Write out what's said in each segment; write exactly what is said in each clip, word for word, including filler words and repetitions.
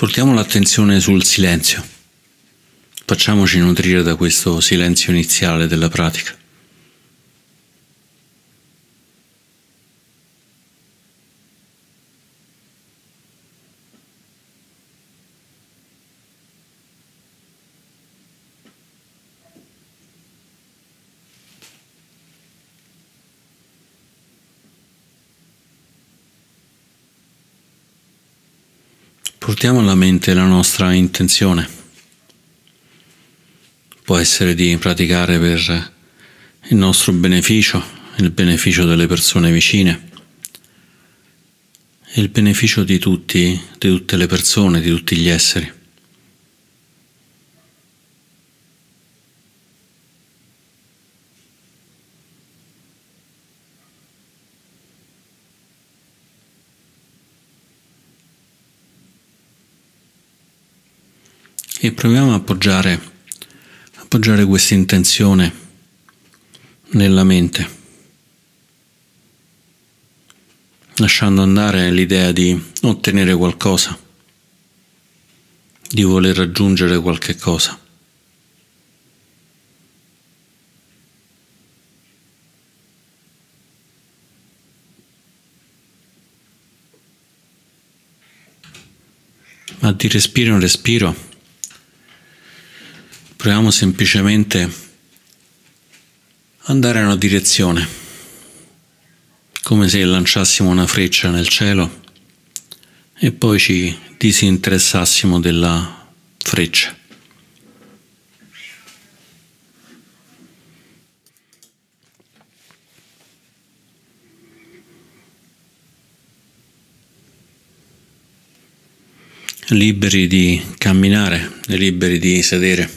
Portiamo l'attenzione sul silenzio. Facciamoci nutrire da questo silenzio iniziale della pratica. Portiamo alla mente la nostra intenzione. Può essere di praticare per il nostro beneficio, il beneficio delle persone vicine e il beneficio di tutti, di tutte le persone, di tutti gli esseri. E proviamo a appoggiare, appoggiare questa intenzione nella mente, lasciando andare l'idea di ottenere qualcosa, di voler raggiungere qualche cosa. Ma di respiro in respiro proviamo semplicemente ad andare in una direzione, come se lanciassimo una freccia nel cielo e poi ci disinteressassimo della freccia. Liberi di camminare e liberi di sedere,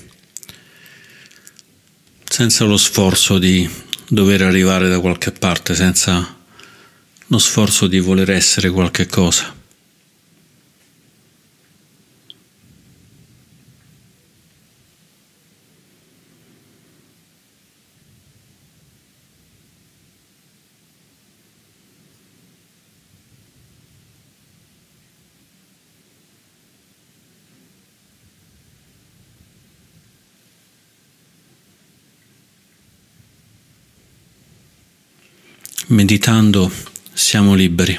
senza lo sforzo di dover arrivare da qualche parte, senza lo sforzo di voler essere qualche cosa. Meditando siamo liberi.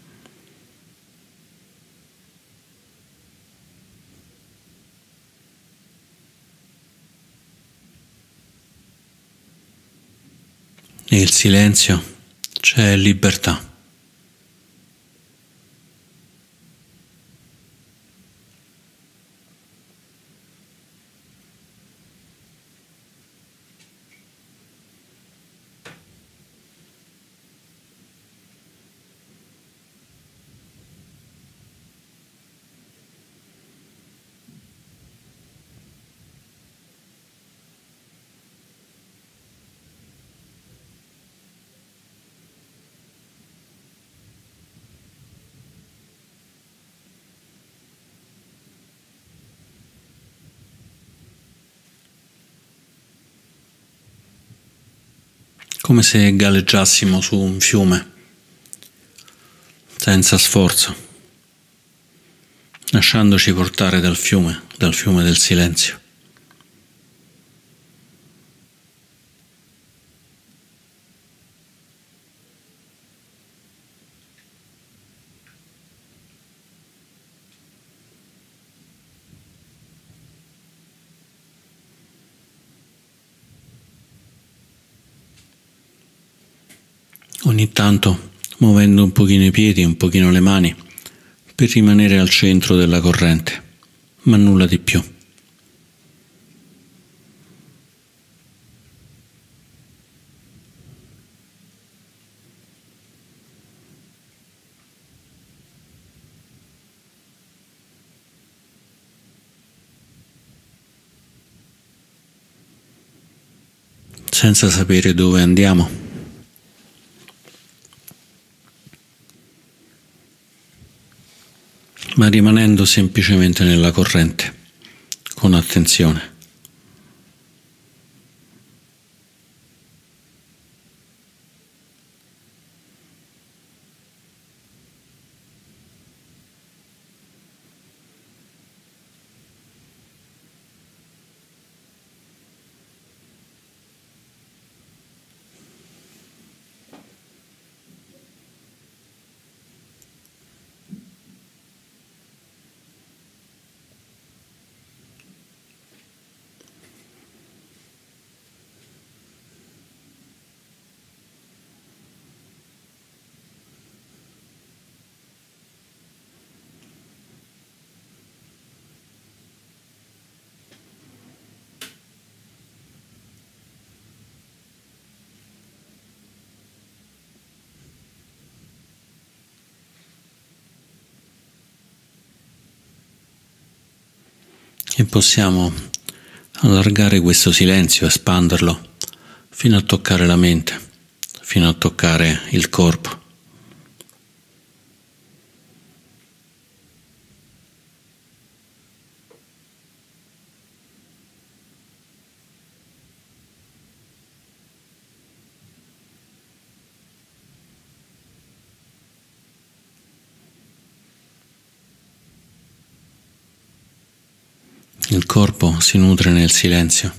Nel silenzio c'è libertà. Come se galleggiassimo su un fiume, senza sforzo, lasciandoci portare dal fiume, dal fiume del silenzio. Ogni tanto muovendo un pochino i piedi, un pochino le mani, per rimanere al centro della corrente, ma nulla di più. Senza sapere dove andiamo. Ma rimanendo semplicemente nella corrente, con attenzione. e possiamo allargare questo silenzio, espanderlo fino a toccare la mente, fino a toccare il corpo. Il corpo si nutre nel silenzio.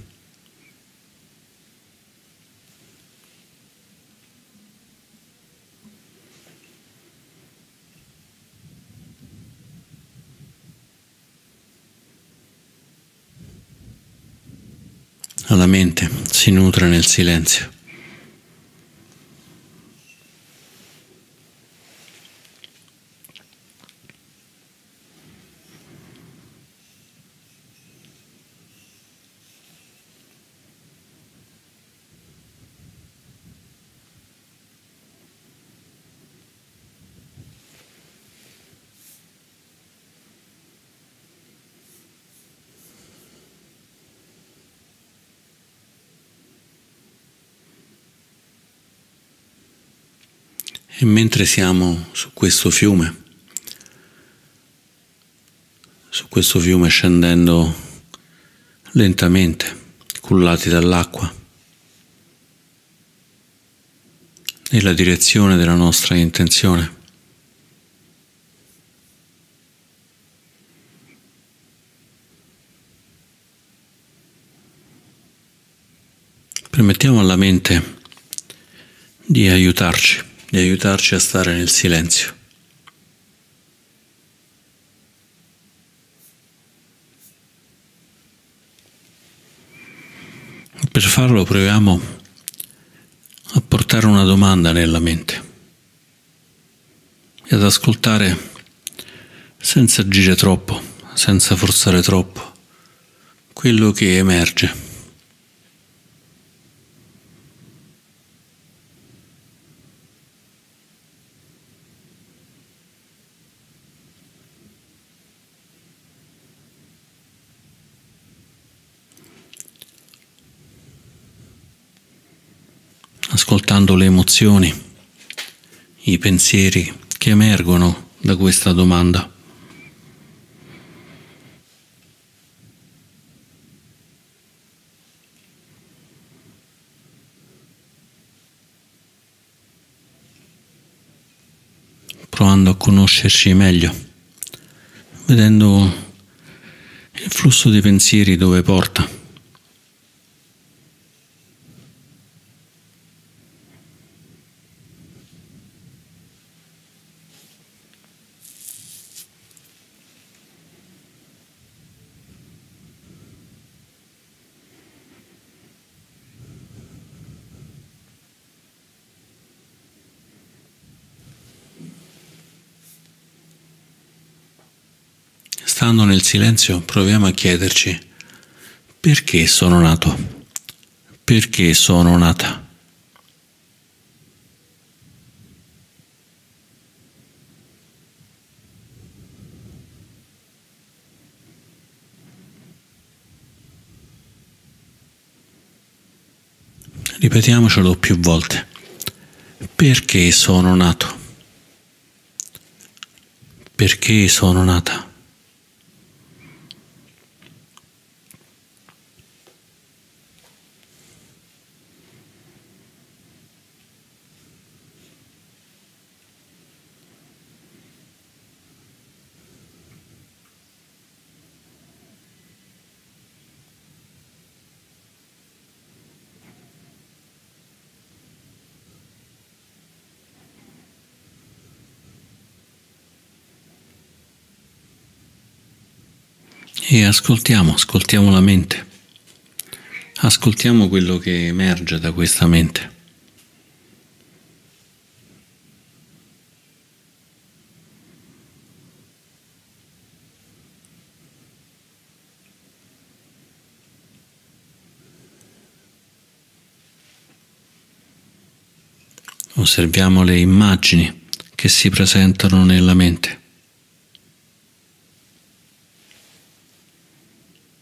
La mente si nutre nel silenzio. E mentre siamo su questo fiume, su questo fiume scendendo lentamente, cullati dall'acqua, nella direzione della nostra intenzione, permettiamo alla mente di aiutarci, di aiutarci a stare nel silenzio. Per farlo proviamo a portare una domanda nella mente e ad ascoltare senza agire troppo, senza forzare troppo, quello che emerge. Ascoltando le emozioni, i pensieri che emergono da questa domanda. Provando a conoscerci meglio, vedendo il flusso dei pensieri dove porta. Stando nel silenzio, proviamo a chiederci: perché sono nato? Perché sono nata? Ripetiamocelo più volte. Perché sono nato? Perché sono nata? E ascoltiamo, ascoltiamo la mente, ascoltiamo quello che emerge da questa mente. Osserviamo le immagini che si presentano nella mente.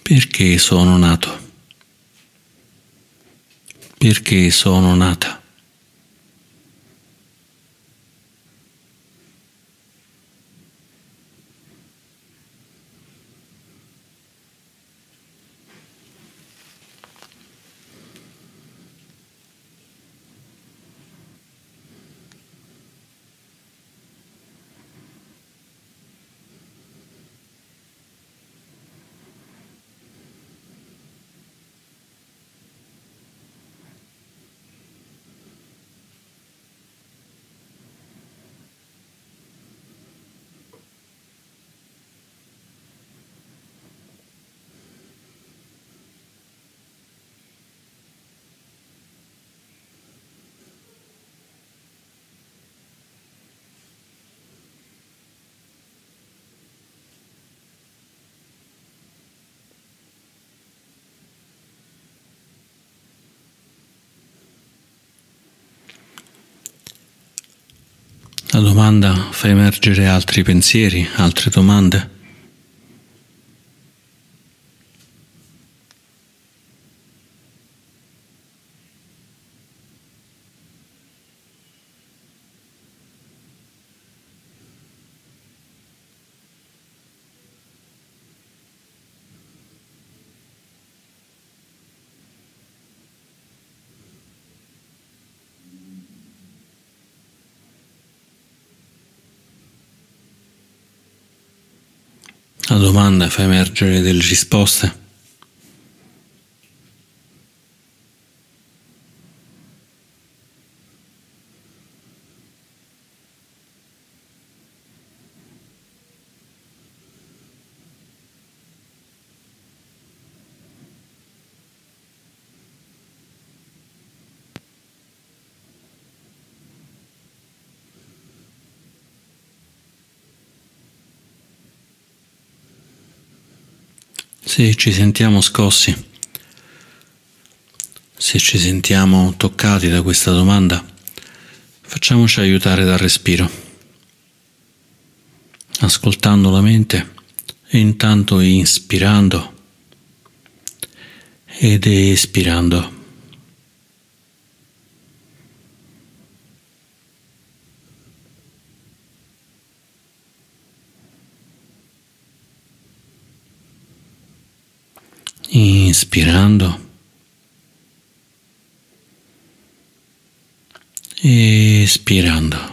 Perché sono nato? Perché sono nata? La domanda fa emergere altri pensieri, altre domande. La domanda fa emergere delle risposte. Se ci sentiamo scossi, se ci sentiamo toccati da questa domanda, facciamoci aiutare dal respiro, ascoltando la mente e intanto inspirando ed espirando. Inspirando, espirando.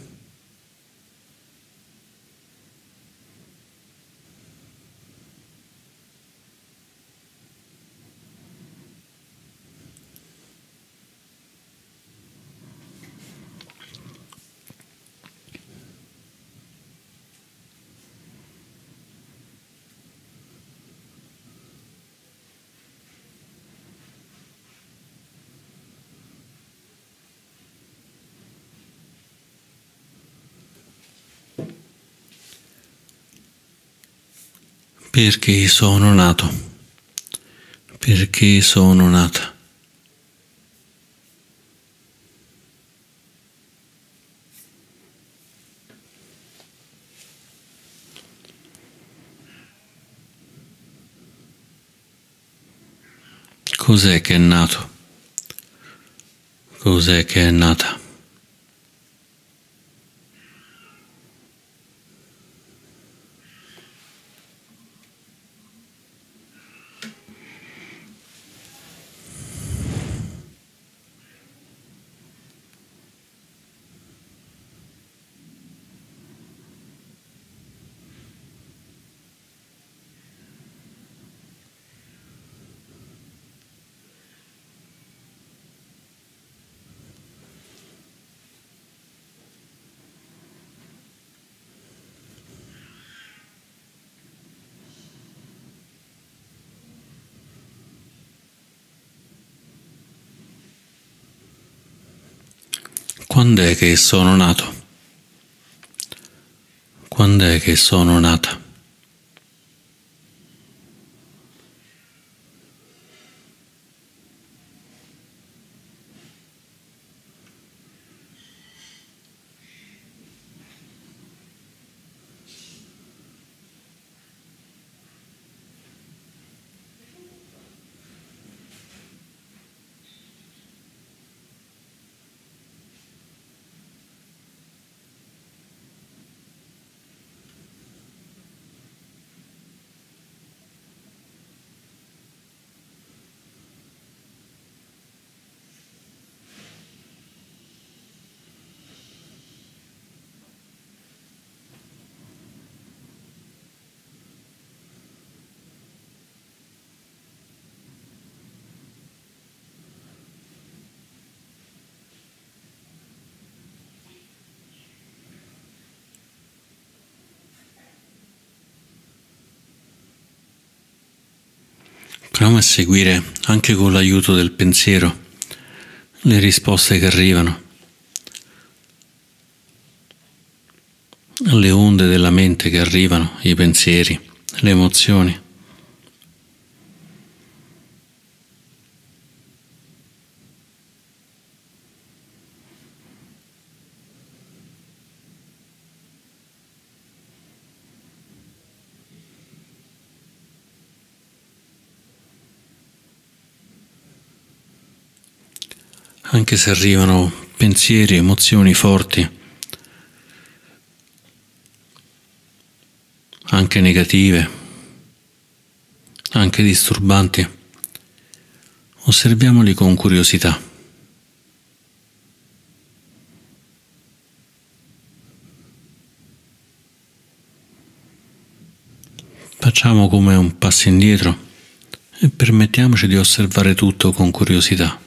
Perché sono nato? Perché sono nata? Cos'è che è nato? Cos'è che è nata? Quand'è che sono nato? Quand'è che sono nata? Proviamo a seguire, anche con l'aiuto del pensiero, le risposte che arrivano, le onde della mente che arrivano, i pensieri, le emozioni. Anche se arrivano pensieri, emozioni forti, anche negative, anche disturbanti, osserviamoli con curiosità. Facciamo come un passo indietro e permettiamoci di osservare tutto con curiosità.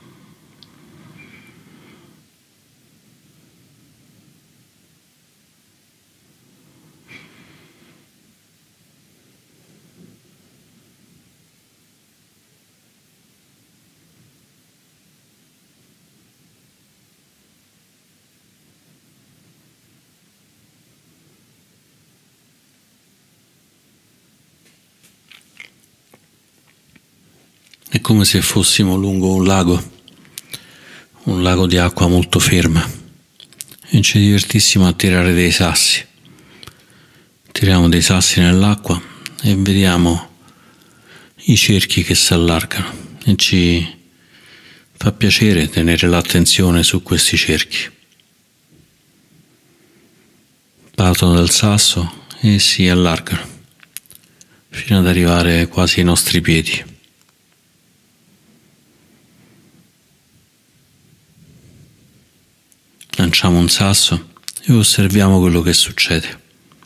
È come se fossimo lungo un lago, un lago di acqua molto ferma, e ci divertissimo a tirare dei sassi. Tiriamo dei sassi nell'acqua e vediamo i cerchi che si allargano e ci fa piacere tenere l'attenzione su questi cerchi. Partono dal sasso e si allargano fino ad arrivare quasi ai nostri piedi. Lanciamo un sasso e osserviamo quello che succede.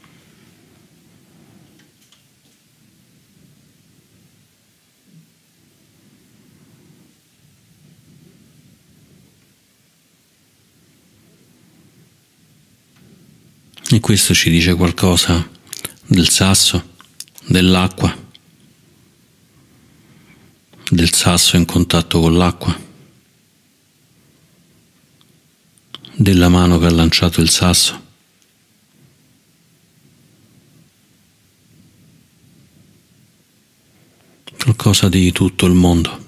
E questo ci dice qualcosa del sasso, dell'acqua, del sasso in contatto con l'acqua, della mano che ha lanciato il sasso. Qualcosa di tutto il mondo.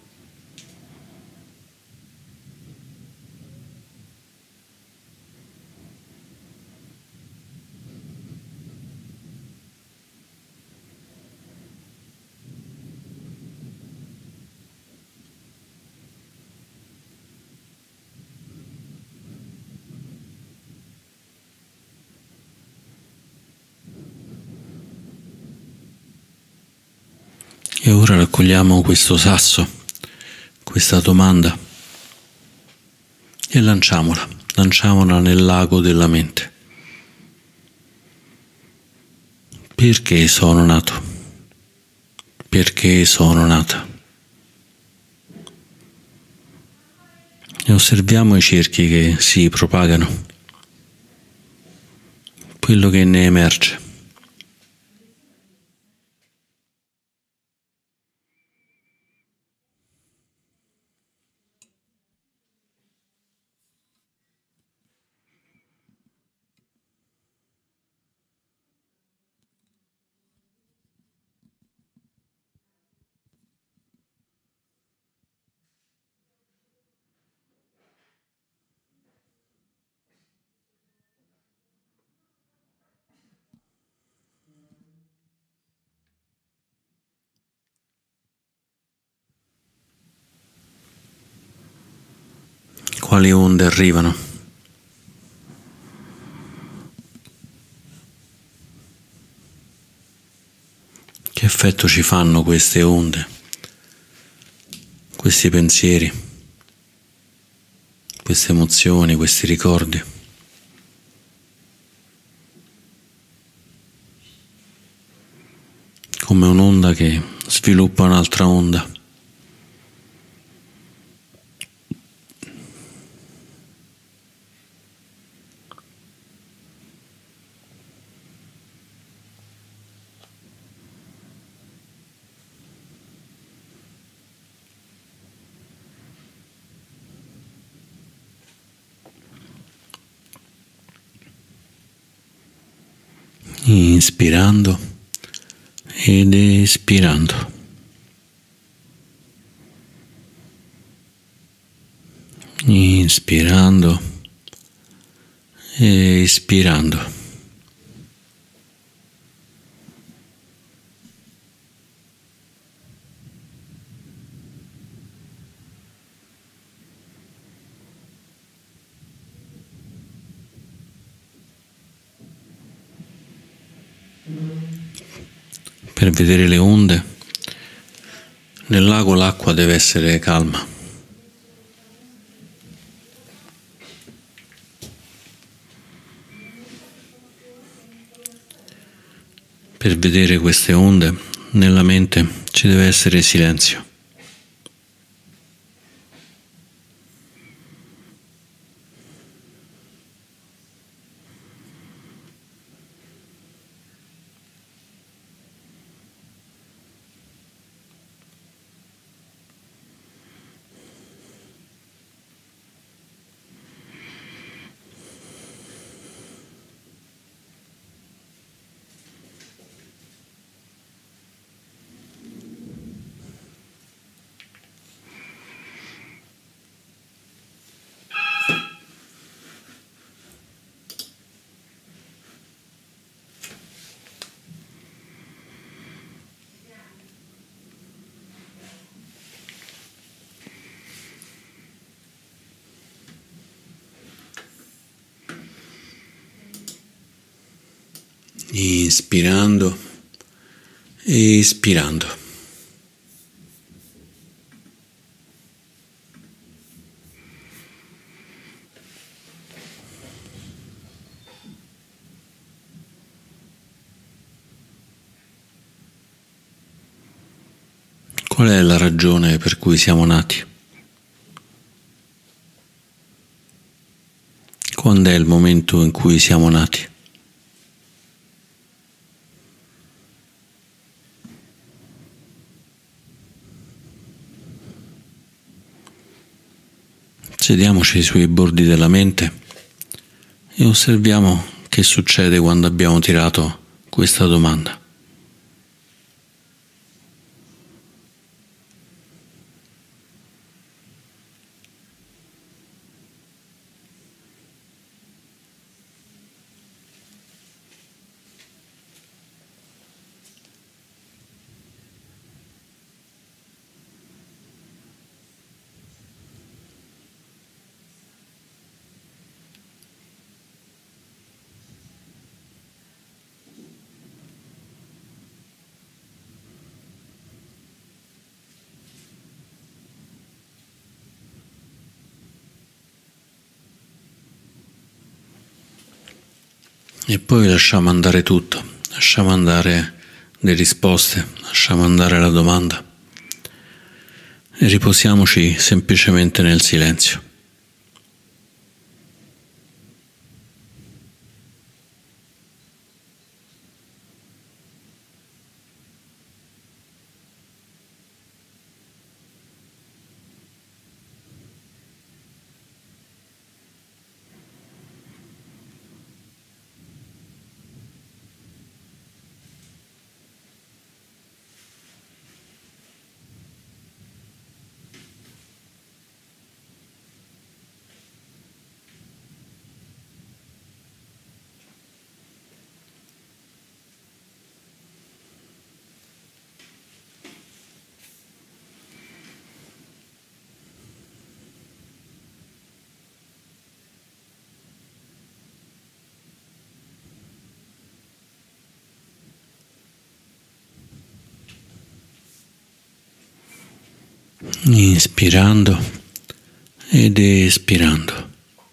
E ora raccogliamo questo sasso, questa domanda, e lanciamola, lanciamola nel lago della mente. Perché sono nato? Perché sono nata? E osserviamo i cerchi che si propagano, quello che ne emerge. Quali onde arrivano? Che effetto ci fanno queste onde, questi pensieri, queste emozioni, questi ricordi? Come un'onda che sviluppa un'altra onda. inspirando ed espirando. Inspirando e espirando. Per vedere le onde, nel lago l'acqua deve essere calma. Per vedere queste onde, nella mente ci deve essere silenzio. Inspirando e espirando. Qual è la ragione per cui siamo nati? Quando è il momento in cui siamo nati? Sediamoci sui bordi della mente e osserviamo che succede quando abbiamo tirato questa domanda. E poi lasciamo andare tutto, lasciamo andare le risposte, lasciamo andare la domanda e riposiamoci semplicemente nel silenzio. Inspirando ed espirando.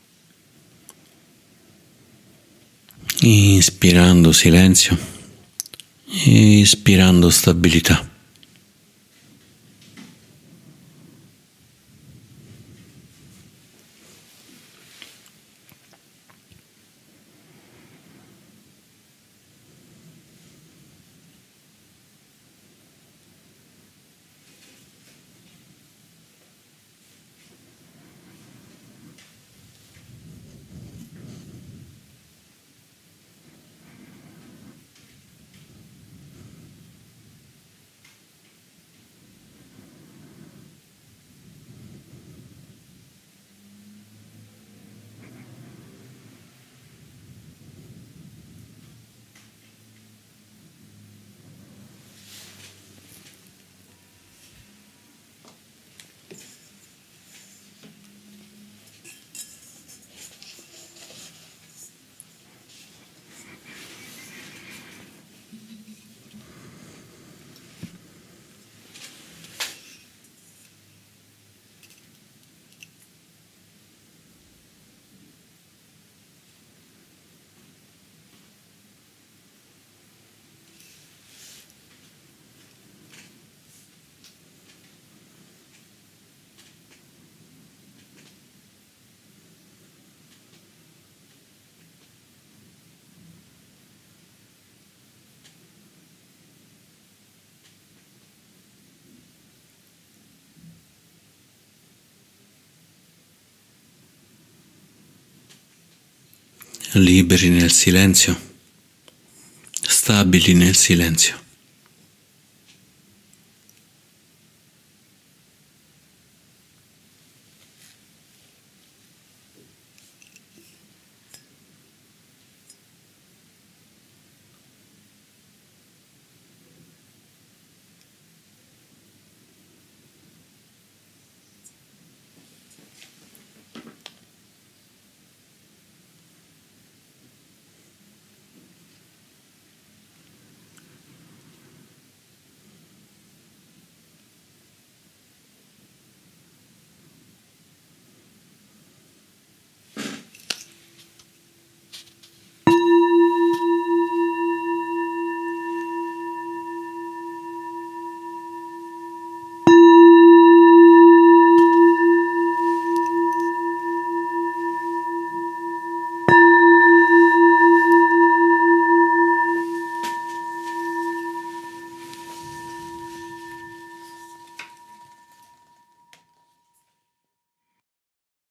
Inspirando silenzio, espirando stabilità. liberi nel silenzio, stabili nel silenzio.